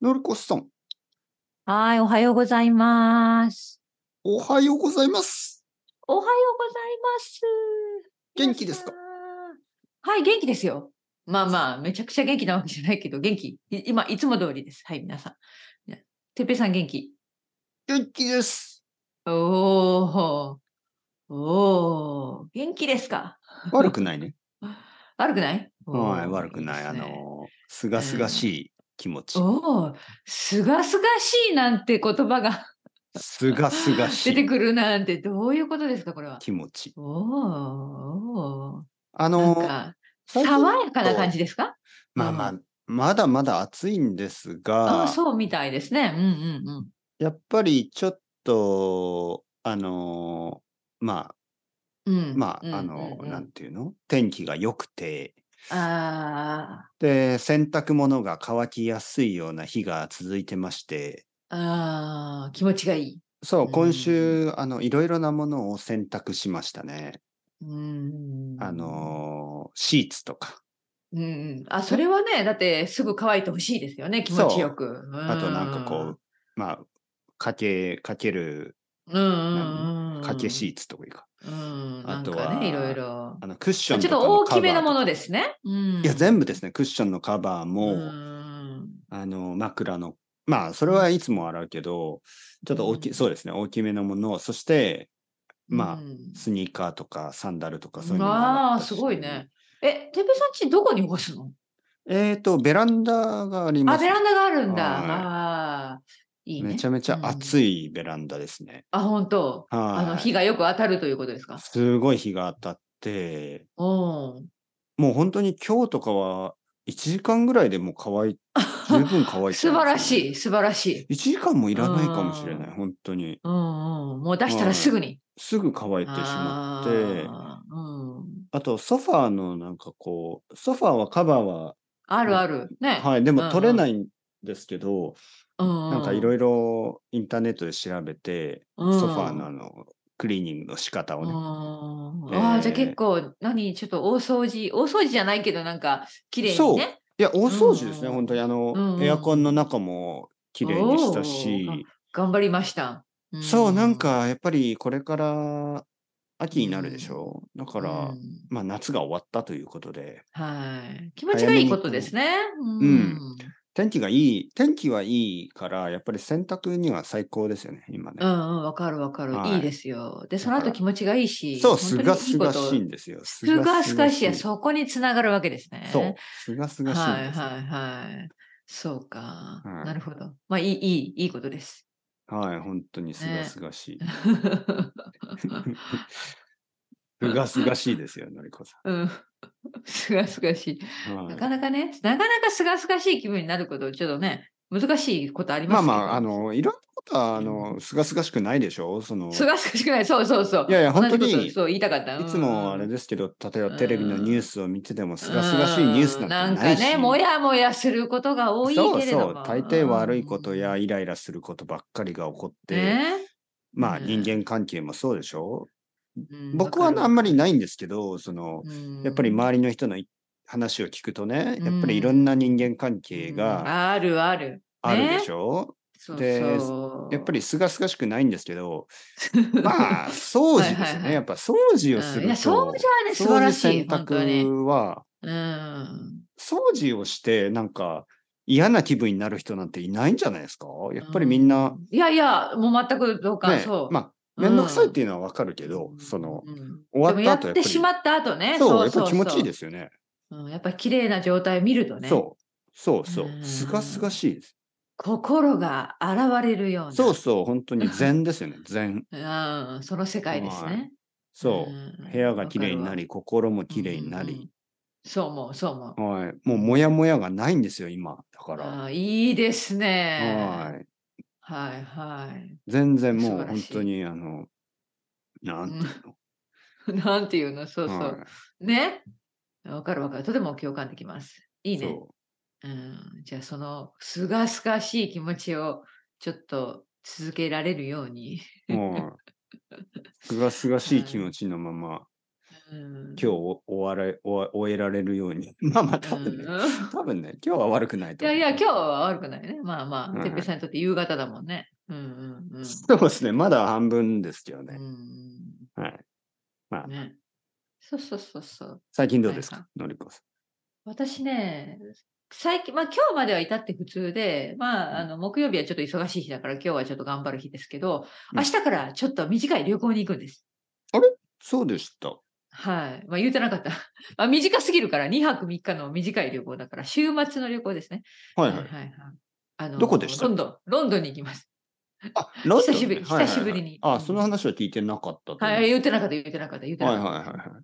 のりこさん、 はい、おはようございます。 おはようございます。 おはようございます。皆さん。 元気ですか？ はい、元気ですよ。まあまあ、めちゃくちゃ元気なわけじゃないけど、元気。今、いつも通りです。はい、皆さん。ねてっぺいさん元気。 元気です。 おー、元気ですか？ 悪くないね。 悪くないはい、 いいで悪くない。 すね。 すがすがしうん。 い気持ち。 おー、すがすがしいなんて言葉がすがすがしい出てくるなんてどういうことですか、これは。 気持ち。 おー。 あの、 なんか、 最近ちょ爽やかな感っと、 じですか？うん。 まだまだ暑いんですああ、 が、 そうみたいですね。うんうんうん。 やっぱりちょっと、まあ、 うん。うんうんうなんん。 ていうの、天気が良くて、 あで、洗濯物が乾きやすいような日が続いてまして、 あ、ああ、気持ちがいい。 そう、 う今ん。 週、いろいろなものを洗濯しましたね。 うん。 シーツとか。 うん。あ、そやれはね、だってすぐ乾いてほしいですよね、気持ちよそう。 く。うあとなんかん。 まあ、かける、 うん掛けうんうんシーツとかいうか。 うん。うん、 あとなんかね、いろいは、 ろ。 クッシまあ、ちょっとョンとかの大きめのもカバーとか。 のですね。ういや、全部ん。 ですね。クッションのカバーうも、 ん。 枕の、まあ、それうん。 はいつも洗うけど、ちょっとそううん。 ですね。大きめのものを、そして、 うまあ、 ん。 スニーカーとかサンダルとかそういうのも洗っああ、すごいたし、 ね。てっぺいさんちどこに干すの？ ベランダがありあ、 ますね。 ベランダがあるんだ。 はい。 ああ、いいね。 めちゃめちゃうん。 暑いベランダですね。 あ、本当。 はい。 日がよく当たるということですか？ すごい日が当たって、 うん。 もう本当に今日とかは1時間ぐらいでもう十分乾いちゃ素いますね。 晴らしい、素晴らしい。 1時間もいうらないかもしれん。 ない、本当に。 うんうん。もう出したらすはい。 ぐに。 すぐ乾いてしまって、 ああ、うん。 あとソファーのソファーはカバーは、まあるある。ね。 はい、でもうんうん。 取れないんですけど、なんかいろいうんうん。 ろインターネットで調べて、 うソファーのん。 クリーニングの仕方をうね。 ん。ああ、じゃあ結で、 構、ちょっと大掃除じゃないけど、なんか、綺麗にそう。 ね。 いや、大う掃除ですね、本当にんうん。うんエアコンのうんうん。 中も綺麗にしたおお、 し、 頑張りました。うそう、なんん。 かやっぱりこれからう秋になるでしん。 ょ。だかうら、 ん。 ま、夏が終わったということで、 はい。気持ち早めがいいことでにすね。ううん、 ん。 天気はいいから、やっぱり洗濯には最高ですよね、今ね。 うんうん、わかるわかる。いいはい。 ですよ。で、そのだから、 後気持ちがいいし、 そう、 本当にいいすがすがしいこと、 んですよ。すすががすすかしいや、 がしい。 そこに繋がるわけですね。 そう、すがすがしいんですよ。 はいはいはい。そうか。 はい。 なるほど。まあ、いいことです。 はい、ほんとにすがね。 すがしい。すがすがしいですよ、のりこさうん。すがすがしい。 ん。 なはい。 かなかね、なかなかすがすがしい気分になること、ちょっとね、難しいことありますけど。 いろんなことは、 うん。 すがすがしくないでしょ？ すがすがしくない。そうそうそう。 いやいや、ほん同じことをとに、 そう言いたかった。ういつもあれんですけど、例えばうテレビのニューん。 スを見てても、 うすがすがしいニュースん。 なんてななんかね、もいし、 やもやすることが多いそうそう、 けれども。 大抵悪いことやうん。 イライラすることばっかりが起こって、 ね。うまあ、人間ん。 関係もそうでしょ？ うん、わか僕はあんるわかる。 まりないんですけど、 うやっぱりん。 周りの人の話を聞くとね、 うやっぱりいろんな人ん。 間関う係ん。 があるある。 あるでしね。 ょ？ そうで、やっぱりそう。 清々しくないんですけど、まあ、掃はい除ですよね。 はいはい。 やっぱ掃除をすうん。いや、 る掃除はと、 ね、素掃除洗晴らしい、本当に。 濯は、 うん。 掃除をしてなんか嫌な気分になる人なんていないんじゃないですか？やっうぱりみんな、 ん。いやいや、もう全く同感、 ね、 そう。うめんどくさいってん。 いうのはわかるけうど、 んうん。 終わったでもやっ後やっぱり、 てしまった後ね、 そう、 そうやっぱり気持ちいいでそうそすよね。 う。うん、やっぱり綺麗な状態を見るとね、 そう。そううそう。すがすがん、 しいです。 心が洗われるような、 そうそう、ほんとに禅ですよね、禅。 うん、その世界ですはい。 ね。うそう。部屋ん、 がわかるわ。 綺麗になり、心も綺うん麗になり、 うん。そう思うそう思はい。 う。 もうモヤうん。 モヤがないんですよ、今。だから。 ああ、いいですね。 はい。 はいは全然い。素もう晴らしい。 ほんとになんうん。 ていうの、 なんていうの、そうそはい。 う。ね。わかるわかる。とても共感できます。いいね。 そう。 うん。じゃあ、その、すがすがしい気持ちをちょっと続けられるように。 はい。清々しい気はい。 持ちのまま、 今日終えられるように。まあ多分ね、今日は悪くないと思う。 いや、今日は悪くないね。まあまあ、てっぺいはい。 さんにとって夕方だもんね。 そうですね。まだ半分ですけどね。はい。まあ、 ね。そう。 最近どうはいはい。 ですか、のりこさ私ね、最近、まあ今日までは至って普通で、まあ、木曜日はちょっと忙しい日だから今日はちょっと頑張る日ですけど、 ん。 明日からちょっと短い旅行に行くんです。 あれそうでした。 はい。まあ言うてなかった。まあ短すぎるから2泊3日の短い旅行だから、週末の旅行ですね。 はいはい。 はいはいはい。 どこでしたっけ？ ロンドンに行きます。 あ、ロンドンね。はいはいはい。 久しぶりに。 あ、その話は聞いてなかったとはい、 思う。 言ってなかった。 はいはいはいはい。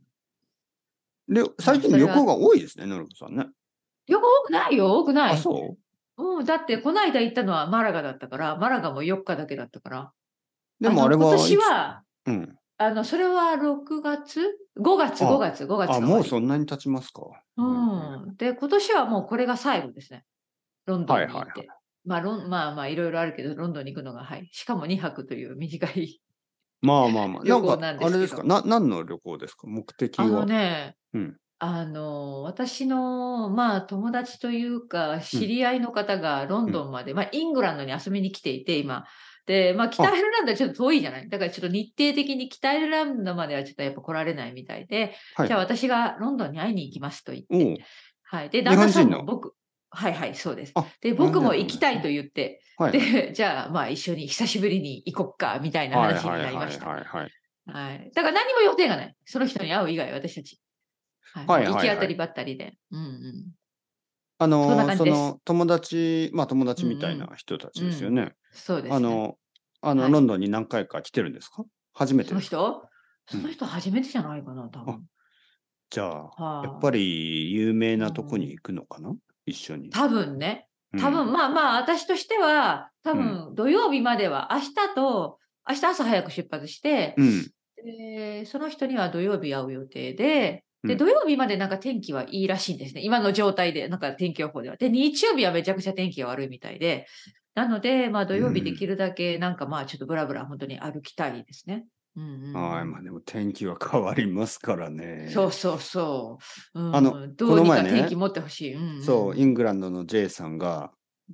で、最近それは、 旅行が多いですね、のりこさんね。 旅行多くないよ、多くなあ、 い。 そうだってこの間行ったのはマラガだったから、マラガも4日だけだったから。 でもあれ今はいつ、 年は、 うん。 それは6月 ?5 月、 あ、 5月あ、もうが終わり。 そんなに経ちますか。 で、今年はもうこれが最後ですね。ロンドはいはいはい。 ンに行って。まあいろいろあるけど、ロンドンに行くのが、はい。しかも2泊という短いまあ。 旅行なんであれですか、 すけど。 何の旅行ですか、目的あのは。 ね、 うん。 私の、まあ、友達というか、 うん。 知り合いの方がロンうん。 ドンまで、まあ、イングランドに遊びに来ていて、今。で、まあ、北あ、 アイルランドはちょっと遠いじゃない。だからちょっと日程的に北アイルランドまではちょっとやっぱ来られないみたいで、じゃあはいはい。 私がロンドンに会いに行きますと言って。 おお、 はい。で、 日旦那さ本人の。 んもはいはい、そうです。 あ、 で、 日本人の僕も行友達ね。 きたいと言って、 はいはい。 で、じゃあ、まあ、一緒に久しぶりに行こっか、みたいなはい話にはいはいなりました。 はいはい。 はい。だから何も予定がない。その人に会う以外、私たち。はい、 はもういはいはい。 行き当たりばったりで。そんな感じそです。 の友達、まあ友達みたいなうん人たうん。 ちですよね。 そうですね。 あの、 はい。 ロンドンに何回か来てるんですか？初めそてですか？ の人うん。 その人初めてじゃないかな、多あ、 分。 じゃあ、やっぱはり有名い。 なとこに行くのかな？一緒に。 多分ね。多分、 うん。 まあまあ、私としては、多うん。 分土曜日までは、明日朝早く出発して、 うん。 で、その人には土曜日会う予定で、で、 うん。 土曜日までなんか天気はいいらしいんですね。今の状態で、なんか天気予報では。で、日曜日はめちゃくちゃ天気が悪いみたいで、なので、まあ土う曜日できん。 るだけなんかまあちょっとブラブラ本当に歩きたいですね。 はい。まあでも天気は変わりますからね。 そう。 こどうにか天気の前ね、 持ってほしい。 そう、イングランドの J さんが、 うん。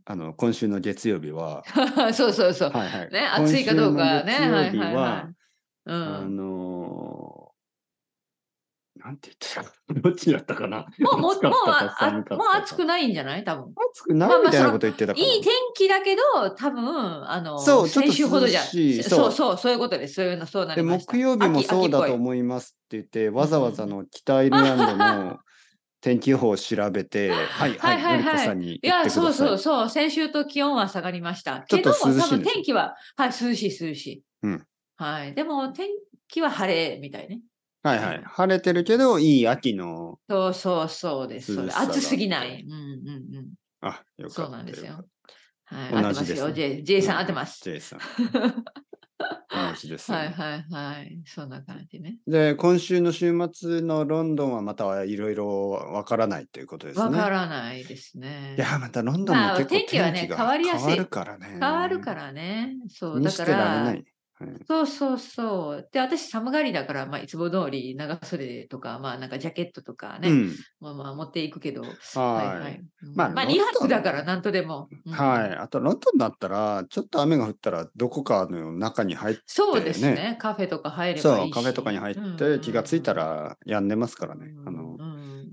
今週の月曜日は、 そう。 はいはい。 ね、 今暑いか週のどうかね。 月曜日はい。 は、 うあん。 のなんて言ってたかな、どっちだったかな。暑もう、 かったか寒かもうったか。 暑くないんじゃない多分。 暑くないまあまあ、 みたいなこと言ってたいいかな。 天気だけど、多分、 そう、ちょっと先週ほ涼どじゃ、 しい、そう。 そういうことです。そうなで、 りました。 木曜日もそうだと秋っぽい。 思いますって言って、 うんわざわざの北アイルランドの天気予報を調べて、はいはい、のりこはい。 さんに言っいや、 てください。 そう。先週と気温は下がりました。 ちょっとけど、多分涼しいんですよ。 天気は、はい、涼しい。 うん。 はい。でも、天気は晴れみたいね。 はいはい。 はい。 晴れてるけど、いい秋のそうです。 涼しさ暑があって。 すぎない。 あ、よかそうったなんですよ。 よかった。 はい、合ってますよ。 同じですね。 J さん合ってうんうん。 ます。 J さん、同じですよね。 はい。そんな感じね。 で、今週の週末のロンドンはまたいろいろわからないということですわかね。 らないですいや、 ね。 またロンドンもまあ、 結構天気はね、変天気がわりや変わるすい。 からね。 変わるからね。そう、だか気にしてられなら、 い。はい。 そう。で、私寒がりだから、まあ、いつも通り長袖とか、まあ、なんかジャケットとかね、 うん。 まあ、持っていくけど、 はい。まあ、 まあ、 ロン 2 ドン、 泊だから、なんとでも。 はい。あとロンドンだったら、ちょっと雨が降ったら、どこかの中に入っそうでてね、 すね。カフェとか入ればそう、 いいカフェとかに入っし。 て気がついたらやんでますからね。 うん。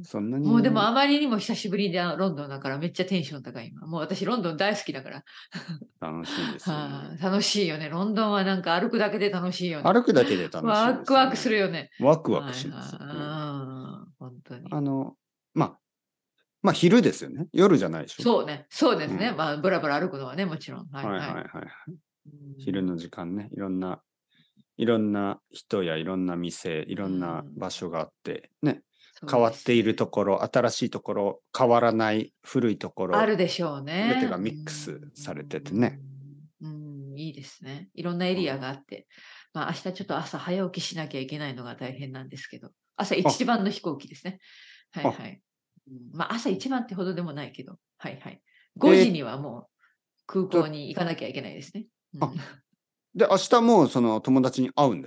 そんなもうでもにあまりにも久しぶりでロンドンだからめっちゃテンション高い今。もう私ロンドン大好きだから。 楽しいですよね。 楽しいよね。ロンドンはなんか歩くだけで楽しいよね。 歩くだけで楽しいワクワクすですよね。 るよね。 ワクワクします。うん。 本当に。 あの、まあ、昼ですよね。夜じゃないでしょ。 そうですね。 うん。 まあ、ブラブラ歩くのはね、もちろん。 はいはいはい。 はい。 うん、 昼の時間ね、いろんな人やいろんな店、いろんな場所があって、ね、 そう変わっているですね。 ところ、新しいところ、変わらない古いところ、 あるでしょうすべてね。 がミックスされててね。 いいですね。いろんなエリアうん、 があって。まあ、明日ちょっと朝早起きしなきゃいけないのが大変なんですけど。朝あ、 一番の飛行機ですね。 あ、 まあ、朝一番ってほどでもないけど。5時えーっにはもう空港と、 に行かなきゃいけないですね。 あ、で、明日もその友達に会うんですか？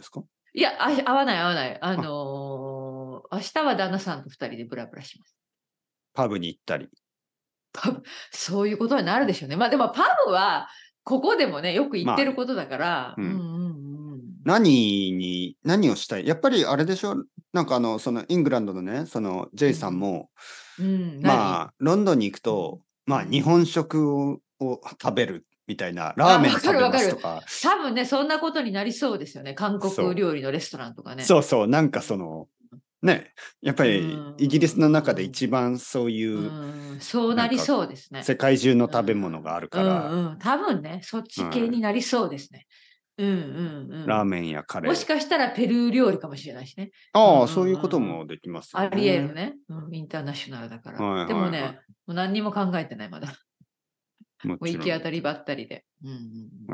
いや、合わない合わない。明日は旦那さんと2人でブラブラします。 パブに行ったり。 パブ、そういうことになるでしょうね。まあでもパブは、ここでもね、よく言ってることだから、 まあねうんうんうんうん。 何をしたいやっぱりあれでしょなんかそのイングランドのね、その J さんも、 うん、何？ まあ、ロンドンに行くうんと、まあ、日うん。 本食を食べるみたいな、ラーあ、 メンわか食べるわかる。 ますとか、 多分ね、そんなことになりそうですよね。韓国そう。 料理のレストランとかね。 そうそう、なんかその、ね、やっぱうりイギリスの中でん、 一番そういうう、 そうなりなんかそうですね。 世界中のう食べ物があるから、 多分ね、そっち系にはい、 なりそうですね。うんうんうん。 ラーメンやカレー。 もしかしたらペルー料理かもしれないしね。うんああ、 うんそういうことうんうん。 もできますよあり得るね。 ね。うん、インターナショナルだから。 はいでもね、 はいはもう何にも考えてない、まだ。 い。ももうちろん。 行き当たりばったりで。うんうんうん。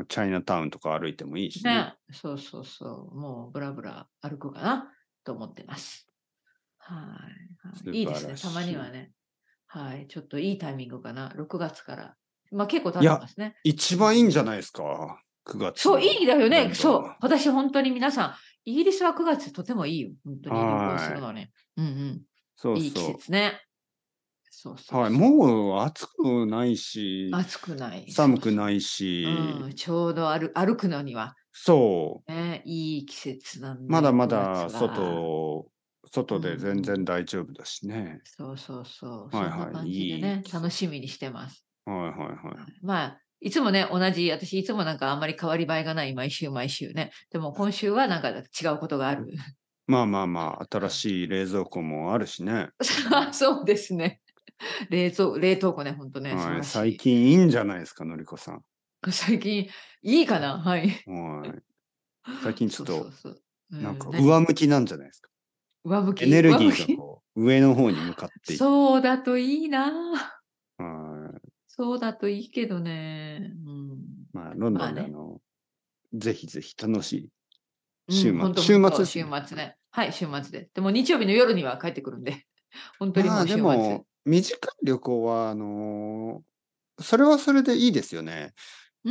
まあ、チャイナタウンとか歩いてもいいしね。 ね、そうそうそう。もうブラブラ歩くかなと思ってます。はい、はい。いいで素晴らすね。たましい。 にはね。はい。ちょっといいタイミングかな。6月から。まあ結構経いや、 ってますね。 一うんうん。 番いいんじゃないですか。9月そう、いのいだよね。 ロンドン。 そう。私本当に皆さん、イギリスは9月とてもいいよ。本当に旅行するはい。 のね。うんうん。 そういい季そ節ね。そうう。はい。 そうそう。 もう暑くないし、 暑くない。そうそ寒くないう。 し、 うん。ちょうど歩くのには、 そう。 ね、いい季節なんだよ、 まだま 9月だは。 外うんうで全然ん。 大丈夫だしね。 そうそうそう。 はいはい。 そんな感じでいいね、 季節。 楽しみにしてます。 はいはいはい。 まあ、いつもね、私いつもなんかあんまり変わり映えがない、毎週毎週ね。でも今週はなんか違うことがある。 まあまあまあ、新しい冷蔵庫もあるしね。 そうですね。冷凍庫ね、ほんとね、素晴はい。 らしい。 最近いいんじゃないですか、のりこさん。 最近、いいかなはい。 はい。最近ちょそうそっと、 うそう。 なんか上何？ 向きなんじゃないですか。 上向きエネルギーが上向きこう、上の方に向かっていく。 そうだといいな。 はい。 そうだといいけどね。うん。 まあ、ロンドンでまあね。 ぜひぜひ楽しいうん、ほんとほ週んと、週末ですね。 末ね。はい、週末で。でも日曜日の夜には帰ってくるんで、ほんとにもまあ、 う週末。 でも、短い旅行は、それはそれでいいですよね。 うん、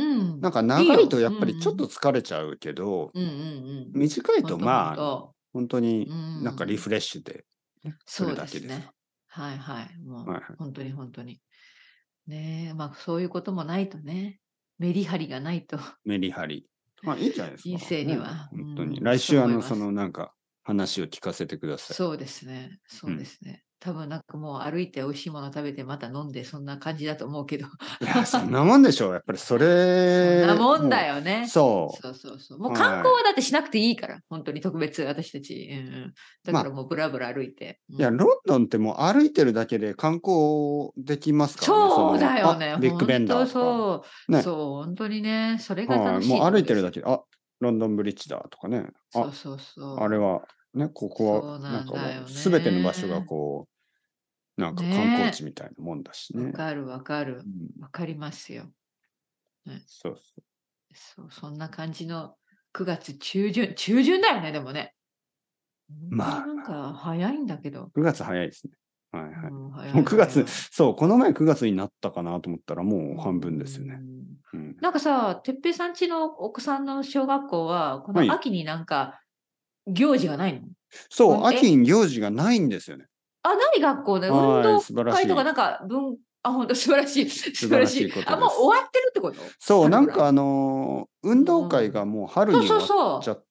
なんかいいよ。 長いとやうんうっぱりちょっとん。 疲れちゃうけど、 うんうんうん。 短いとほんとほんまあ、 と。 本当にうなんかリん。 フレッシュで、ね、それそうだけですかですね。はいはい。もうら。はいはい。 ほんとにほんとに。ねえ、ま、そういうこともないとね、メリハリがないとメリハリ。まあ、いいんじゃないですか。 人生にね、 は、う本当に。 ん、そう来週そ思います。 のなんか話を聞かせてください。 そうですね。そうでうん。 すね。多分なんかもう歩いて美味しいもの食べてまた飲んでそんな感じだと思うけど。 いや、そんなもんでしょう。やっぱりそそんなれ、 もんだもよね。 う、そそうそうそう。もうう、 観はい。 光はだってしなくていいから、本当に特別私たち。うんうん。だまあ、 からもうブラブラ歩いて。ういや、 ん。 ロンドンってもう歩いてるだけで観光できますからね。 そうだよあ、 ね。 ビッグベンダ本当ーとか。 そう。 ね。 そう、本当にね、それがはい。 楽しいもうとこですよ。 歩いてるだけで、あ、ロンドンブリッジだとかね。あ、 そうそうあれそう。 は、ね、ここは、 そうなんかもう、 なんだよすべての場所がね。 こう、なんか観光地ねみたいなもんだしえ。わね。 かるわかる。 うん。 わかりますよ。ね、 そうそう。 そう、そんな感じの9月中旬だよね、でもね。本当にまあ、 なんか早いんだけど。 9月早いですね。はいはい。 うん、 もう早い 9月、 早い。 そう、この前9月になったかなと思ったらもうう半分ですよね。 ん。 うん。 なんかさ、てっぺいさんちのお子さんの小学校は、こはい。 の秋になんか行事がないの？ そう、秋に行事がないんですよね。 ない学校で、運はい、 動素晴らしい。 会とかなんか、ほんと素晴らしい素素晴らしい晴らしい。もうことです。 終わってるってこと？ そう、 春ぐらい。 運動うん。 会がもう春そうそうに終わっちそう。 ゃって、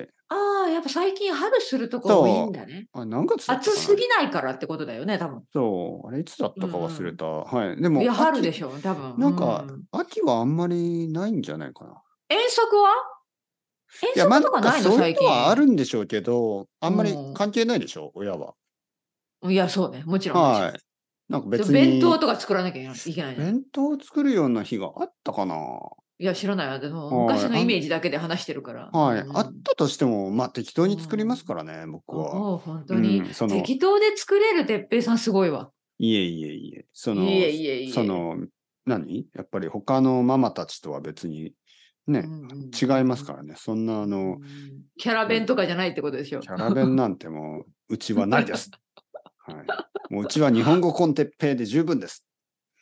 ああ、やっぱ最近春するとこ多いんそだね。 う、あ、何月だったかな。 暑すぎないからってことだよね、多分。 そう、あれいつだっうんたか忘れうた。はい。でん。いも、 や、春でしょ、多分。 なんか、 うん。 秋はあんまりないんじゃないかな。 遠足は？遠いや、まあ、 足とかないの？ そういうのはあ最近。 るんでしょうけど、あうんまりん。 関係ないでしょ、親は。 いや、そうね。もちろんもちろん。 はい。なんかで、 別に、 弁当とか作らなきゃいけないの？ 弁当を作るような日があったかな。 いや、知らないわ。でも昔はい。 のイメージだけで話してるから。うはい。あっんたとしても、ま、適当うに作りまん。 すからね、僕は。 おお、ほんとに。 うん、 適当で作れる哲平さんすごいわ。 いえいえいえ、 いえいえいえ。 やっぱり他のママたちとは別に、ね、 うんうん違いうんうん。 ますからね。そんなキャラ弁なんとかじゃないってことでしょ？ キャラ弁なんてもう、うちはないです。はい。もううちは日本語コンテッペイで十分です。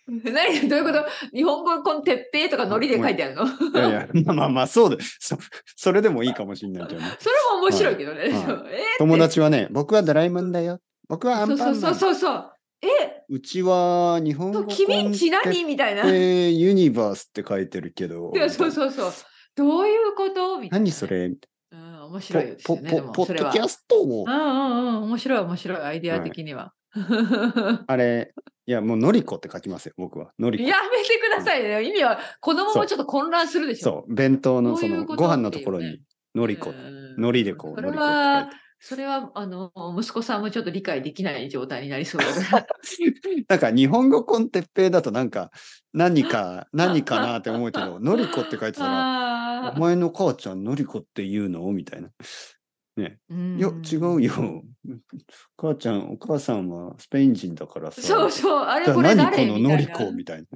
何どういうこと？日本語コンテッペイとかノリで書いてあるの？そいやいや、まあまあ、そうで、それでもいいかもしれないけどね。 れも面白いけどね。 はいそう友達はね、僕はドラえもんだよ。僕はアそうそうそうンパンマン。 そうそう。 うちは日本語君んち何みたいな。 ユニバースって書いてるけど、 そうそうそう。どういうことみたいなね。 何それ面白いですよね。でもポッそれは。 ドキャストを面白い面白いアイデア的には。 あれ、いや、もうのりこって書きますよ、僕は。のりこ。 やめてくださいね。意味は子供もちょっと混乱するでしょ。 そう、弁当のそのどういうことご飯のっていうねところにのりこ、 うんのりでこう、 それのりこって書いはて。 それは息子さんもちょっと理解できない状態になりそうだから。 なんか日本語コンテッペイだとなんか何かなって思うけど、のりこって書いてたら、お前の母ちゃんのりこって言うのみたいな。ね。いや、違うよ。お母さんはスペイン人だからさ。 そうそう、あれじゃあこれ誰何このみたいな。 のりこみたいな。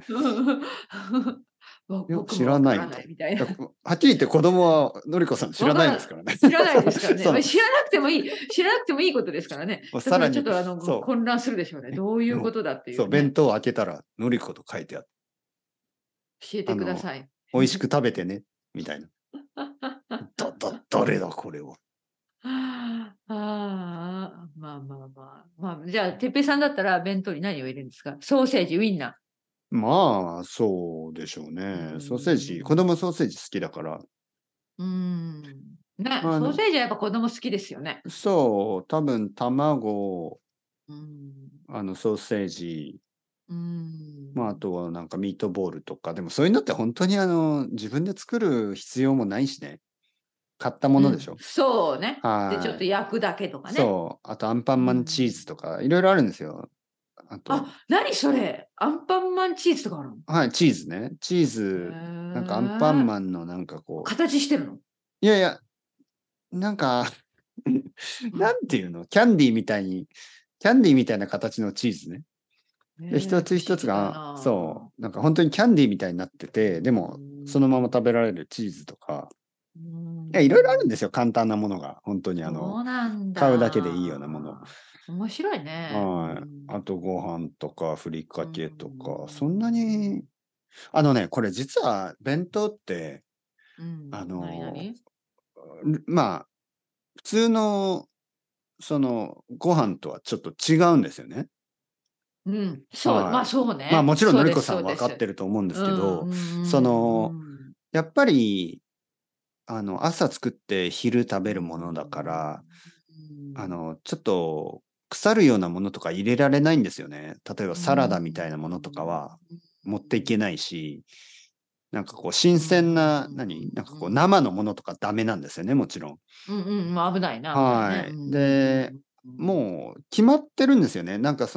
いや、 僕もわから知らないと。 ないみたいな。 はっきり言って子供はのりこさん知らないですからね。 知らないですからね。 そう知らなくてもいい。知らなくてもいいことですからね。だからもうさらにちょっとそう混乱するでしょうね。どういうことだっていう、ね。 そう、弁当を開けたらのりこと書いてあって、 教えてください。 美味しく食べてね、みたいな。誰だこれは。 まあまあまあ。まあ、じゃあ、てっぺいさんだったら弁当に何を入れるんですか？ソーセージ、ウインナまあ、そうでしょうね。ソーセージ、子供ソーセージ好きだから。 ー。ね、 あのソーセージはやっぱ子供好きですよね。 そう、多分卵、 うん。 ソーセージ、 うん。 まあ、あとはなんかミートボールとか、でもそういうのって本当に自分で作る必要もないしね。買ったものでしょ。 そうね。で、ちょっとはい。 焼くだけとかね。 そう。あとアンパンマンチーズとか、いろいろあるんですよ。あと、 何それ？アンパンマンチーズとかあるの？ はい、チーズね。チーズ、なんかアンパンマンのなんかこう、 形してるの？ いやいや、なんかなんていうのキャンディーみたいな形のチーズね。で、一つ一つが、そう、なんか本当にキャンディーみたいになってて、でも、そのまま食べられるチーズとか、いや、いろいろあるんですよ。簡単なものが。本当にそうなんだ。 買うだけでいいようなもの。 面白いね。 はい。あとご飯とか、ふりかけとか、 うんそんなに、これ実は弁当って、 何まあ、普通の、ご飯とはちょっと違うんですよね。 そう、 はいまあそうね。 まあもちろんそうですのりこさん分かってると思うんですけど、やっぱり、朝作って昼食べるものだから、ちょっと腐るようなものとか入れられないんですよね。例えばサラダみたいなものとかは持っていけないし、なんかこう新鮮な、なんかこう生のものとかダメなんですよね、もちろん。 まあ危ないな、危はないね。 い。で、もう決まってるんですよね。なんか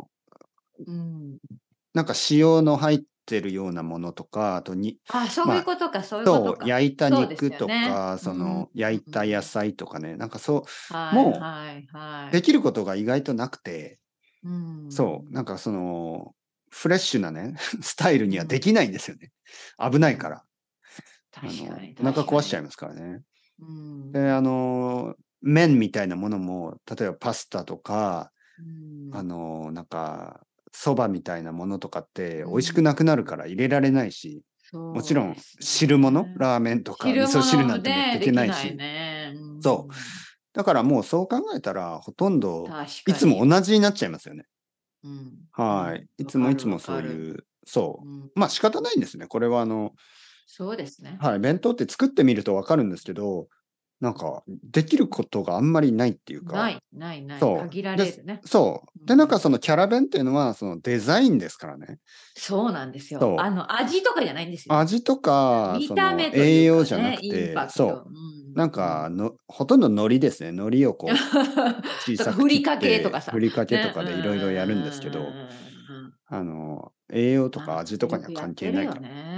なんか塩の入ってるようなものとか、あとそういうことか、そういうことか。 焼いたそうです肉とよねか、焼いた野菜とかね、なんかはいもはいはう、でい。 きることが意外となくて、 うんなんかフレッシュなね、スタイルにはできないんですよね。危ないから。 確かに。 お腹壊しちゃいますからね。で、麺みたいなものも、例えばパスタとか、なんか、そばみたいなものとかって美味しくなくなるから入れられないし、もちろん汁物、ラーメンとか味噌汁なんて持っていけないし、そう。だからもうそう考えたら、ほとんどいつも同じになっちゃいますよね。はい。いつもそういう、そう。まあ仕方ないんですね。これはそうですね。 はい。弁当って作ってみるとわかるんですけど、なんか、できることがあんまりないっていうか、 ない。 そう。 限られるね。 そう。で、なんかそのキャラ弁っていうのは、そのデザインですからね。 そうなんですよ。 そう味とかじゃないんですよ。 味とか、 見た目と栄いうか養じゃなくね、インて、 パクト。 そう。なんかほとんど海苔ですね。海苔をこう、小さく切っふりかけとて、 かさ。 ふりかけとかでいろいろやるんですけど、栄養とか味とかには関係ないから。